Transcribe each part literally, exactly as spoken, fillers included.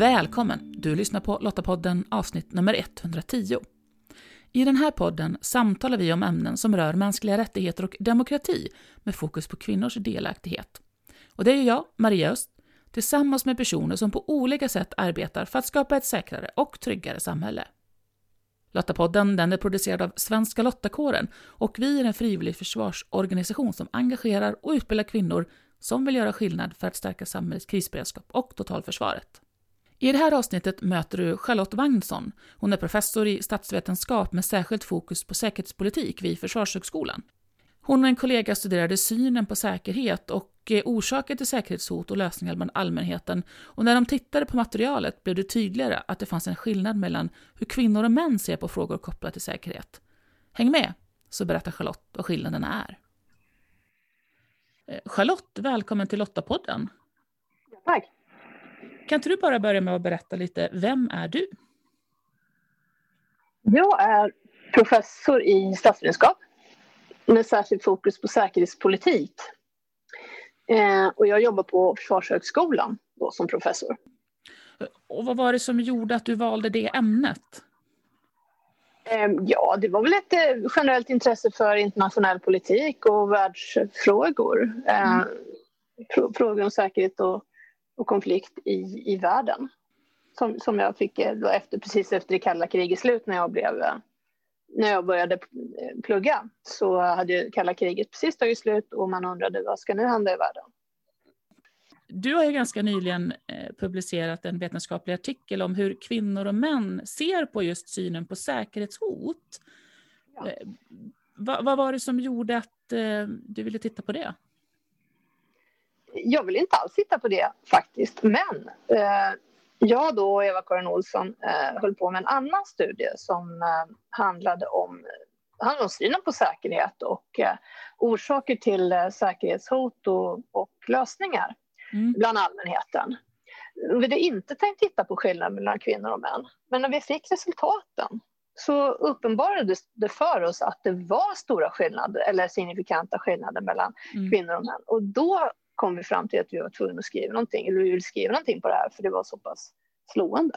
Välkommen! Du lyssnar på Lottapodden avsnitt nummer etthundratio. I den här podden samtalar vi om ämnen som rör mänskliga rättigheter och demokrati med fokus på kvinnors delaktighet. Och det är jag, Maria Öst, tillsammans med personer som på olika sätt arbetar för att skapa ett säkrare och tryggare samhälle. Lottapodden den är producerad av Svenska Lottakåren och vi är en frivillig försvarsorganisation som engagerar och utbildar kvinnor som vill göra skillnad för att stärka samhällets krisberedskap och totalförsvaret. I det här avsnittet möter du Charlotte Wagnsson. Hon är professor i statsvetenskap med särskilt fokus på säkerhetspolitik vid Försvarshögskolan. Hon och en kollega studerade synen på säkerhet och orsaker till säkerhetshot och lösningar bland allmänheten. Och när de tittade på materialet blev det tydligare att det fanns en skillnad mellan hur kvinnor och män ser på frågor kopplade till säkerhet. Häng med, så berättar Charlotte vad skillnaden är. Charlotte, välkommen till Lottapodden. Tack. Kan inte du bara börja med att berätta lite, vem är du? Jag är professor i statsvetenskap med särskilt fokus på säkerhetspolitik. Eh, och jag jobbar på Försvarshögskolan då, som professor. Och vad var det som gjorde att du valde det ämnet? Eh, ja, det var väl ett eh, generellt intresse för internationell politik och världsfrågor. Eh, mm. fr- frågor om säkerhet och och konflikt i, i världen. Som, som jag fick då efter, precis efter det kalla krigets slut när jag, blev, när jag började plugga. Så hade ju kalla kriget precis tagit slut och man undrade vad ska nu hända i världen. Du har ju ganska nyligen publicerat en vetenskaplig artikel om hur kvinnor och män ser på just synen på säkerhetshot. Ja. Vad, vad var det som gjorde att du ville titta på det? Jag vill inte alls titta på det faktiskt, men eh, jag då och Eva-Karin Olsson eh, höll på med en annan studie som eh, handlade om, handlade om synen på säkerhet och eh, orsaker till eh, säkerhetshot och, och lösningar mm. bland allmänheten. Vi hade inte tänkt titta på skillnaden mellan kvinnor och män, men när vi fick resultaten så uppenbarade det för oss att det var stora skillnader eller signifikanta skillnader mellan mm. kvinnor och män. Och då kom vi fram till att vi var tvungna att skriva någonting, eller vi ville skriva någonting på det här för det var så pass slående.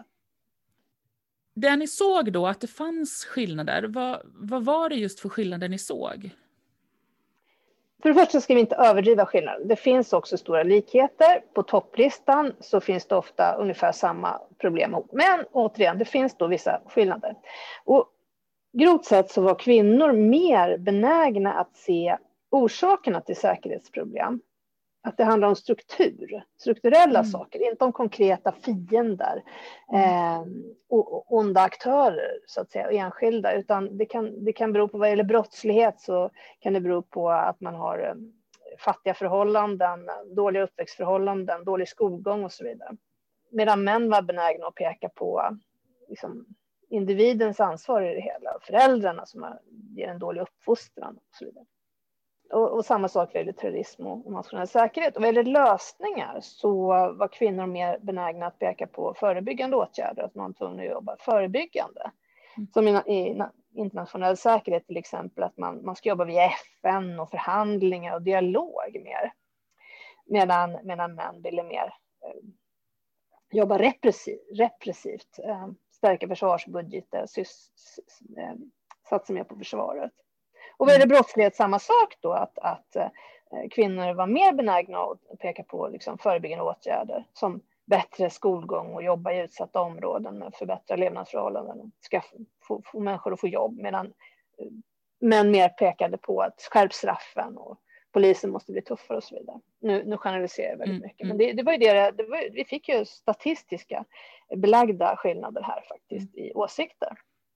Det ni såg då, att det fanns skillnader, vad, vad var det just för skillnader ni såg? För det första ska vi inte överdriva skillnader. Det finns också stora likheter. På topplistan så finns det ofta ungefär samma problem. Men återigen, det finns då vissa skillnader. Och grovt sett så var kvinnor mer benägna att se orsakerna till säkerhetsproblem. Att det handlar om struktur, strukturella mm. saker, inte om konkreta fiender eh, och, och onda aktörer så att säga, och enskilda, utan det kan, det kan bero på vad gäller brottslighet så kan det bero på att man har eh, fattiga förhållanden, dåliga uppväxtförhållanden, dålig skolgång och så vidare. Medan män var benägna att peka på liksom, individens ansvar i det hela, föräldrarna som ger en dålig uppfostran och så vidare. Och, och samma sak vad gäller terrorism och nationell säkerhet. Och vad gäller lösningar så var kvinnor mer benägna att peka på förebyggande åtgärder. Att man var tvungen att jobba förebyggande. Mm. Som i, i internationell säkerhet till exempel. Att man, man ska jobba via F N och förhandlingar och dialog mer. Medan, medan män ville mer eh, jobba repressiv, repressivt. Eh, stärka försvarsbudgeter. Sys, eh, satsa mer på försvaret. Och vad är det brottslighet samma sak då att, att eh, kvinnor var mer benägna att peka på liksom, förebyggande åtgärder som bättre skolgång och jobba i utsatta områden med förbättra levnadsförhållanden, ska få, få människor att få jobb medan eh, män mer pekade på att skärp straffen och polisen måste bli tuffare och så vidare. Nu, nu generaliserar jag väldigt mycket, men det, det var ju det, det var, vi fick ju statistiska belagda skillnader här faktiskt i åsikter.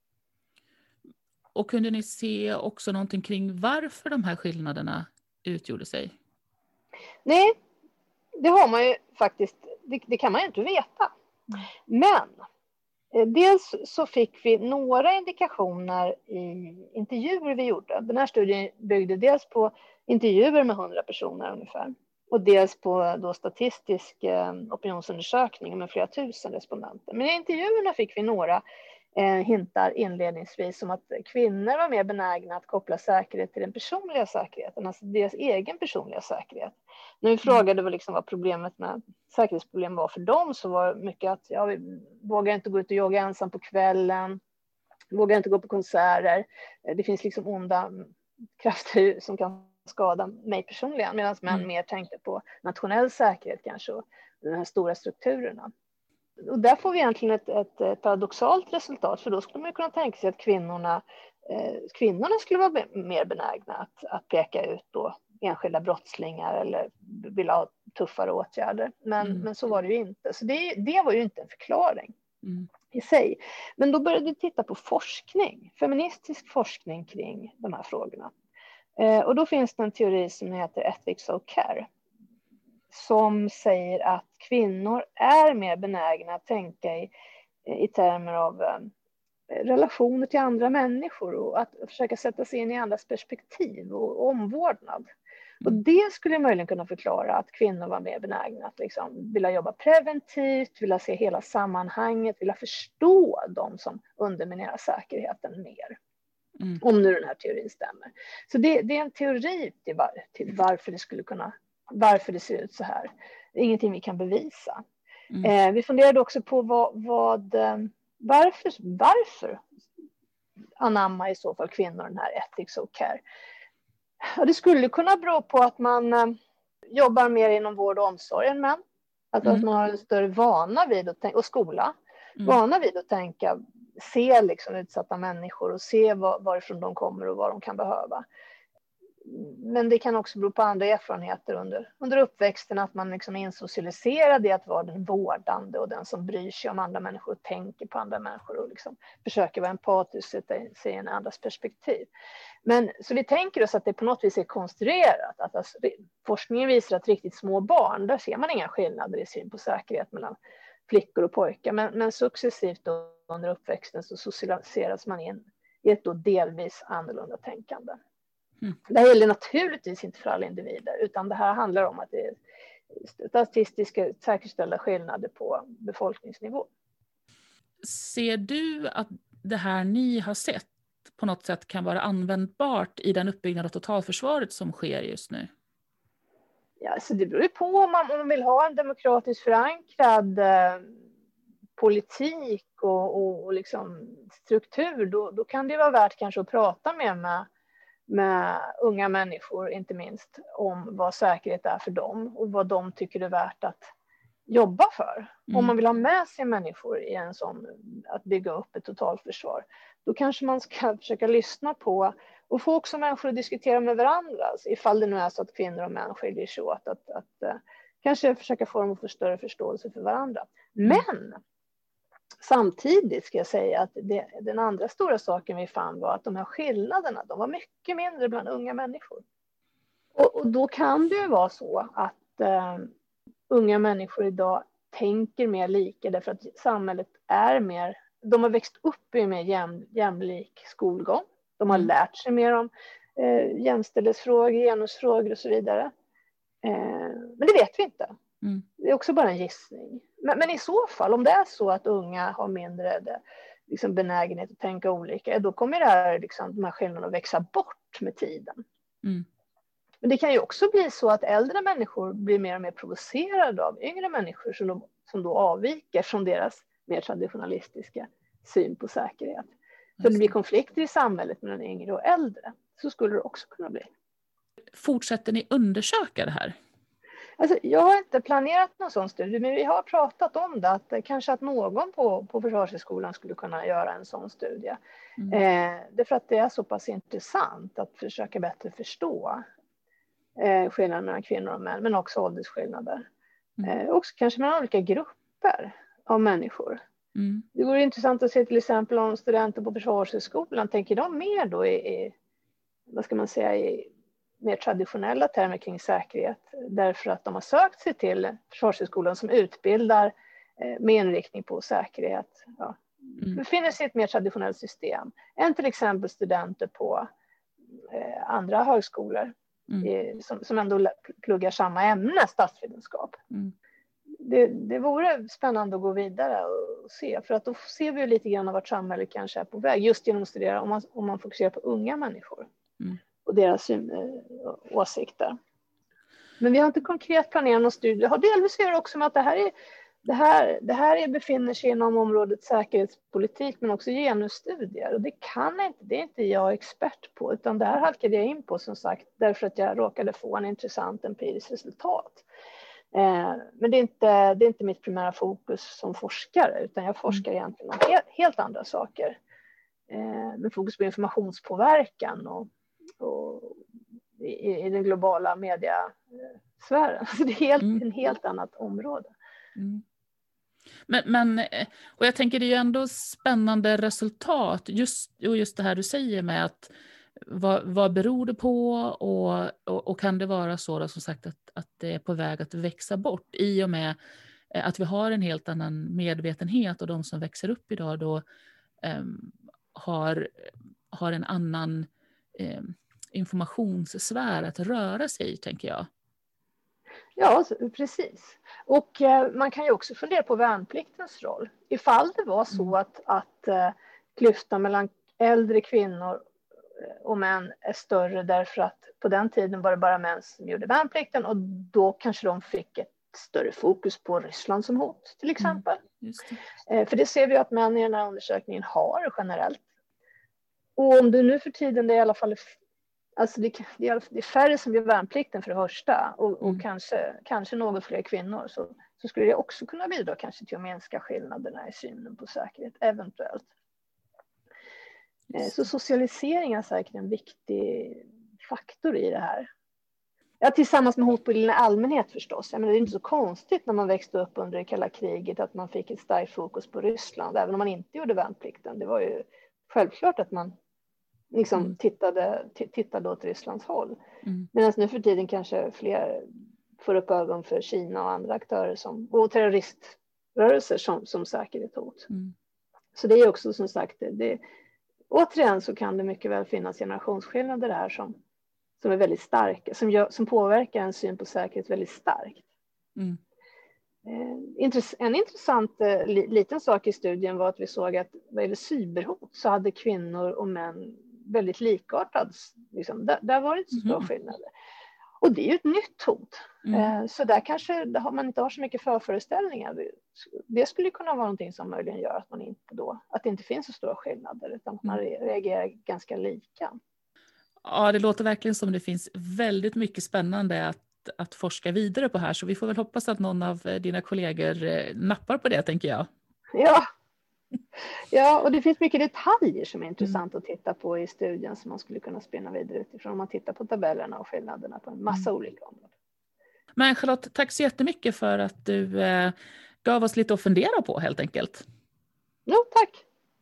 Och kunde ni se också någonting kring varför de här skillnaderna utgjorde sig? Nej, det har man ju faktiskt, det, det kan man ju inte veta. Mm. Men eh, dels så fick vi några indikationer i intervjuer vi gjorde. Den här studien byggde dels på intervjuer med hundra personer ungefär. Och dels på då statistisk eh, opinionsundersökning med flera tusen respondenter. Men i intervjuerna fick vi några eh, hintar inledningsvis om att kvinnor var mer benägna att koppla säkerhet till den personliga säkerheten, alltså deras egen personliga säkerhet. När vi frågade vad, liksom, vad problemet med säkerhetsproblem var för dem, så var det mycket att ja, vi vågar inte gå ut och jogga ensam på kvällen, vågar inte gå på konserter, det finns liksom onda krafter som kan skada mig personligen, medan män mm. mer tänkte på nationell säkerhet kanske och de här stora strukturerna. Och där får vi egentligen ett, ett paradoxalt resultat, för då skulle man kunna tänka sig att kvinnorna, eh, kvinnorna skulle vara mer benägna att, att peka ut då enskilda brottslingar eller vilja ha tuffare åtgärder. Men, mm. men så var det ju inte. Så det, det var ju inte en förklaring mm. i sig. Men då började vi titta på forskning, feministisk forskning kring de här frågorna. Eh, och då finns det en teori som heter Ethics of Care, som säger att kvinnor är mer benägna att tänka i, i termer av eh, relationer till andra människor och att försöka sätta sig in i andras perspektiv och omvårdnad. Och det skulle möjligen kunna förklara att kvinnor var mer benägna att liksom vilja jobba preventivt, vilja se hela sammanhanget, vilja förstå de som underminerar säkerheten mer. Mm. Om nu den här teorin stämmer. Så det, det är en teori till, var, till varför det skulle kunna, varför det ser ut så här. Det är ingenting vi kan bevisa. Mm. Eh, vi funderade också på vad, vad, varför, varför anamma i så fall kvinnor den här ethics of care. Ja, det skulle kunna bero på att man eh, jobbar mer inom vård och omsorg än män. Att, mm. att man har en större vana vid att tänka, och skola, mm. vana vid att tänka, se liksom utsatta människor och se var, varifrån de kommer och vad de kan behöva. Men det kan också bero på andra erfarenheter under, under uppväxten, att man liksom är insocialiserad i att vara den vårdande och den som bryr sig om andra människor och tänker på andra människor och liksom försöker vara empatisk och sätta sig i en andras perspektiv. Men så vi tänker oss att det på något vis är konstruerat. Att alltså, forskningen visar att riktigt små barn, där ser man inga skillnader i syn på säkerhet mellan flickor och pojkar. Men, men successivt då, under uppväxten så socialiseras man in i ett då delvis annorlunda tänkande. Mm. Det här gäller naturligtvis inte för alla individer, utan det här handlar om att det är statistiska säkerställda skillnader på befolkningsnivå. Ser du att det här ni har sett på något sätt kan vara användbart i den uppbyggnad av totalförsvaret som sker just nu? Ja, så det beror ju på om man, om man vill ha en demokratiskt förankrad eh, politik och, och, och liksom struktur, då, då kan det vara värt kanske att prata med, med med unga människor, inte minst, om vad säkerhet är för dem och vad de tycker är värt att jobba för. Mm. Om man vill ha med sig människor i en sån, att bygga upp ett totalförsvar, då kanske man ska försöka lyssna på och få också människor att diskutera med varandra, alltså ifall det nu är så att kvinnor och män skiljer sig åt, att, att, att kanske försöka få dem att få större förståelse för varandra. Mm. Men samtidigt ska jag säga att det, den andra stora saken vi fann var att de här skillnaderna, de var mycket mindre bland unga människor. Och, och då kan det ju vara så att eh, unga människor idag tänker mer lika, därför att samhället är mer, de har växt upp i mer jäm, jämlik skolgång. De har mm. lärt sig mer om eh, jämställdhetsfrågor, genusfrågor och så vidare. Eh, men det vet vi inte. Mm. Det är också bara en gissning. Men, men i så fall, om det är så att unga har mindre det, liksom benägenhet att tänka olika, då kommer det här, liksom, de här skillnaderna att växa bort med tiden. Mm. Men det kan ju också bli så att äldre människor blir mer och mer provocerade av yngre människor som, de, som då avviker från deras mer traditionalistiska syn på säkerhet. Så det blir konflikter i samhället mellan yngre och äldre. Så skulle det också kunna bli. Fortsätter ni undersöka det här? Alltså, jag har inte planerat någon sån studie, men vi har pratat om det, att kanske att någon på, på Försvarshögskolan skulle kunna göra en sån studie. Mm. Eh, därför att det är så pass intressant att försöka bättre förstå eh, skillnaden mellan kvinnor och män, men också åldersskillnader. Mm. Eh, också kanske mellan olika grupper av människor. Mm. Det vore intressant att se till exempel om studenter på Försvarshögskolan, tänker de mer då i, i vad ska man säga, i mer traditionella termer kring säkerhet, därför att de har sökt sig till Försvarshögskolan som utbildar eh, med inriktning på säkerhet. Ja. Mm. Befinner sig i ett mer traditionellt system än till exempel studenter på eh, andra högskolor mm. eh, som, som ändå pluggar samma ämne, statsvetenskap. Mm. det, det vore spännande att gå vidare och se. För att då ser vi ju lite grann av vart samhället kanske är på väg. Just genom att studera, om man, om man fokuserar på unga människor. Mm. Och deras äh, åsikter. Men vi har inte konkret planerat någon studie. Det har delvis att göra också med att det här, är, det, här, det här är, befinner sig inom området säkerhetspolitik men också genusstudier. Och det kan inte, det är inte jag expert på, utan det här halkade jag in på som sagt därför att jag råkade få en intressant empirisk resultat. Eh, men det är, inte, det är inte mitt primära fokus som forskare, utan jag forskar egentligen om helt, helt andra saker. Eh, med fokus på informationspåverkan och, och i, i den globala mediasfären. Så det är helt, mm. en helt annat område. Mm. Men, men, och jag tänker det är ju ändå spännande resultat. Just, och just det här du säger med att vad, vad beror det på och, och, och kan det vara så då, som sagt att, att det är på väg att växa bort i och med att vi har en helt annan medvetenhet och de som växer upp idag då um, har, har en annan um, informationssfär att röra sig i, tänker jag. Ja, precis. Och eh, man kan ju också fundera på värnpliktens roll. Ifall det var så att, att eh, klyftan mellan äldre kvinnor och män är större därför att på den tiden var det bara män som gjorde värnplikten och då kanske de fick ett större fokus på Ryssland som hot till exempel. Mm, just det. Eh, för det ser vi att män i den här undersökningen har generellt. Och om det nu för tiden det är i alla fall alltså det, det, är, det är färre som gör värnplikten för det första och, och mm. kanske, kanske något fler kvinnor så, så skulle det också kunna bidra kanske till att minska skillnaderna i synen på säkerhet eventuellt. Så socialisering är säkert en viktig faktor i det här. Ja, tillsammans med hotbilden i allmänhet förstås. Jag menar, det är inte så konstigt när man växte upp under det kalla kriget att man fick ett starkt fokus på Ryssland. Även om man inte gjorde värnplikten. Det var ju självklart att man liksom mm. tittade, t- tittade åt Rysslands håll. Mm. Medan nu för tiden kanske fler får upp ögon för Kina och andra aktörer som, och terroriströrelser som, som säkerhetshot. Mm. Så det är också som sagt det, det återigen så kan det mycket väl finnas generationsskillnader där som, som är väldigt starka, som, gör, som påverkar en syn på säkerhet väldigt starkt. Mm. Eh, en intressant eh, li, liten sak i studien var att vi såg att vad gäller cyberhot så hade kvinnor och män väldigt likartad, liksom, där, där var det inte så stora mm. skillnader. Och det är ju ett nytt hot. Mm. Eh, så där kanske där har man inte har så mycket förföreställningar. Det skulle kunna vara någonting som möjligen gör att man inte då, att det inte finns så stora skillnader utan att man mm. reagerar ganska lika. Ja, det låter verkligen som det finns väldigt mycket spännande att, att forska vidare på här. Så vi får väl hoppas att någon av dina kollegor eh, nappar på det, tänker jag. Ja. Ja, och det finns mycket detaljer som är intressant mm. att titta på i studien som man skulle kunna spinna vidare utifrån om man tittar på tabellerna och skillnaderna på en massa mm. olika områden. Men Charlotte, tack så jättemycket för att du eh, gav oss lite att fundera på helt enkelt. Jo, tack.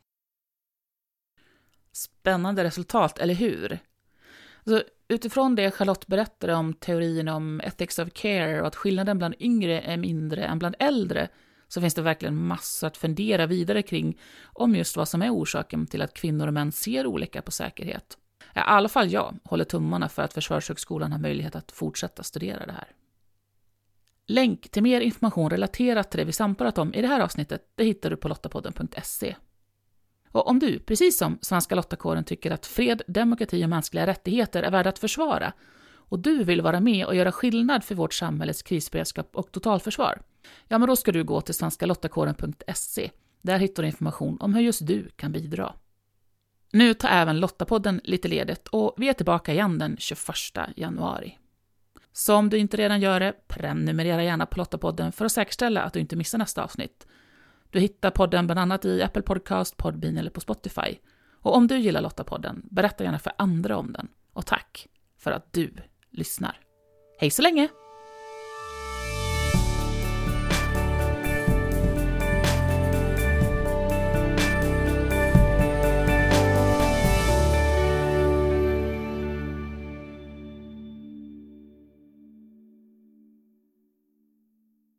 Spännande resultat, eller hur? Alltså, utifrån det Charlotte berättade om teorin om ethics of care och att skillnaden bland yngre är mindre än bland äldre så finns det verkligen massor att fundera vidare kring om just vad som är orsaken till att kvinnor och män ser olika på säkerhet. I alla fall jag håller tummarna för att Försvarshögskolan har möjlighet att fortsätta studera det här. Länk till mer information relaterat till det vi samtalat om i det här avsnittet det hittar du på lottapodden punkt se. Och om du, precis som Svenska Lottakåren, tycker att fred, demokrati och mänskliga rättigheter är värda att försvara och du vill vara med och göra skillnad för vårt samhälles krisberedskap och totalförsvar, ja men då ska du gå till svenska lottakåren punkt se. Där hittar du information om hur just du kan bidra. Nu tar även Lottapodden lite ledigt och vi är tillbaka igen den tjugoförsta januari. Så om du inte redan gör det, prenumerera gärna på Lottapodden för att säkerställa att du inte missar nästa avsnitt. Du hittar podden bland annat i Apple Podcast, Podbean eller på Spotify. Och om du gillar Lottapodden, berätta gärna för andra om den. Och tack för att du lyssnar. Hej så länge!